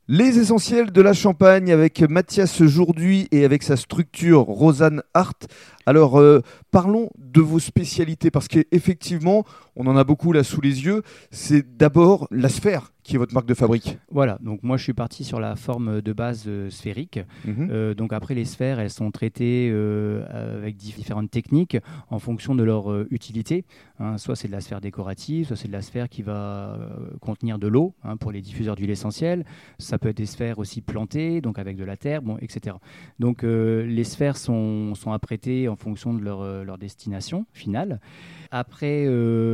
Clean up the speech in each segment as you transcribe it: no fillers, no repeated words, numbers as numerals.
Les essentiels de la Champagne avec Mathias Jourduy et avec sa structure Rosanne Art. Alors, parlons de vos spécialités parce qu'effectivement, on en a beaucoup là sous les yeux. C'est d'abord la sphère qui est votre marque de fabrique. Voilà, donc moi je suis parti sur la forme de base sphérique. Donc après les sphères, elles sont traitées avec différentes techniques en fonction de leur utilité. Soit c'est de la sphère décorative, soit c'est de la sphère qui va contenir de l'eau pour les diffuseurs d'huile essentielle. Ça peut être des sphères aussi plantées, donc avec de la terre, etc. Donc les sphères sont apprêtées en fonction de leur destination finale. Après,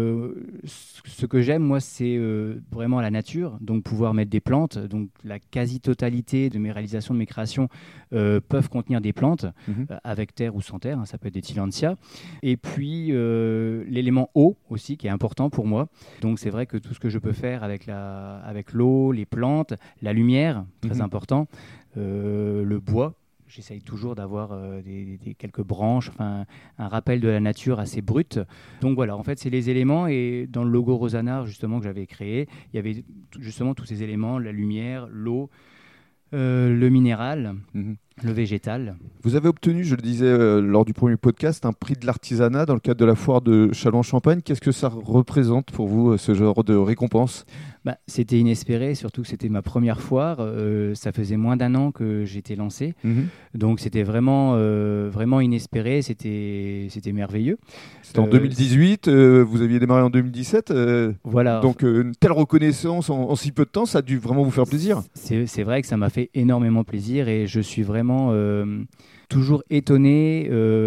ce que j'aime, moi, c'est vraiment la nature, donc pouvoir mettre des plantes. Donc la quasi-totalité de mes réalisations, de mes créations peuvent contenir des plantes, avec terre ou sans terre, ça peut être des tillandsias. Et puis l'élément eau aussi, qui est important pour moi. Donc c'est vrai que tout ce que je peux faire avec l'eau, les plantes, la lumière, très important, le bois. J'essaye toujours d'avoir quelques branches, un rappel de la nature assez brut. Donc voilà, en fait, c'est les éléments. Et dans le logo Rosanne Art, justement, que j'avais créé, il y avait justement tous ces éléments, la lumière, l'eau, le minéral, le végétal. Vous avez obtenu, je le disais lors du premier podcast, un prix de l'artisanat dans le cadre de la foire de Châlons-en-Champagne. Qu'est-ce que ça représente pour vous, ce genre de récompense ? C'était inespéré, surtout que c'était ma première foire. Ça faisait moins d'un an que j'étais lancé. Donc c'était vraiment, vraiment inespéré, c'était merveilleux. C'était en 2018, vous aviez démarré en 2017. Voilà. Donc une telle reconnaissance en si peu de temps, ça a dû vraiment vous faire plaisir. C'est vrai que ça m'a fait énormément plaisir et je suis vraiment toujours étonné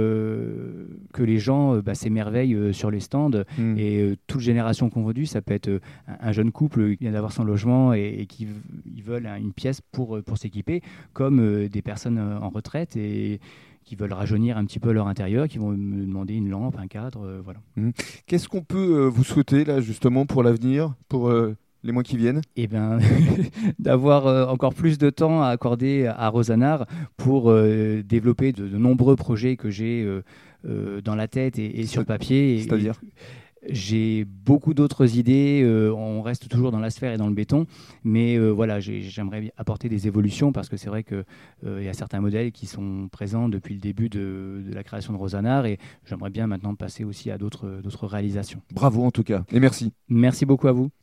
que les gens s'émerveillent sur les stands et toutes générations confondues. Ça peut être un jeune couple qui vient d'avoir son logement et qui ils veulent une pièce pour s'équiper, comme des personnes en retraite et qui veulent rajeunir un petit peu leur intérieur, qui vont me demander une lampe, un cadre, voilà. Qu'est-ce qu'on peut vous souhaiter là justement pour l'avenir, pour les mois qui viennent ? Eh bien, d'avoir encore plus de temps à accorder à Rosanne Art pour développer de nombreux projets que j'ai dans la tête et sur le papier. C'est-à-dire ? J'ai beaucoup d'autres idées, on reste toujours dans la sphère et dans le béton, mais voilà, j'aimerais apporter des évolutions parce que c'est vrai qu'il y a certains modèles qui sont présents depuis le début de la création de Rosanne Art et j'aimerais bien maintenant passer aussi à d'autres réalisations. Bravo en tout cas, et merci. Merci beaucoup à vous.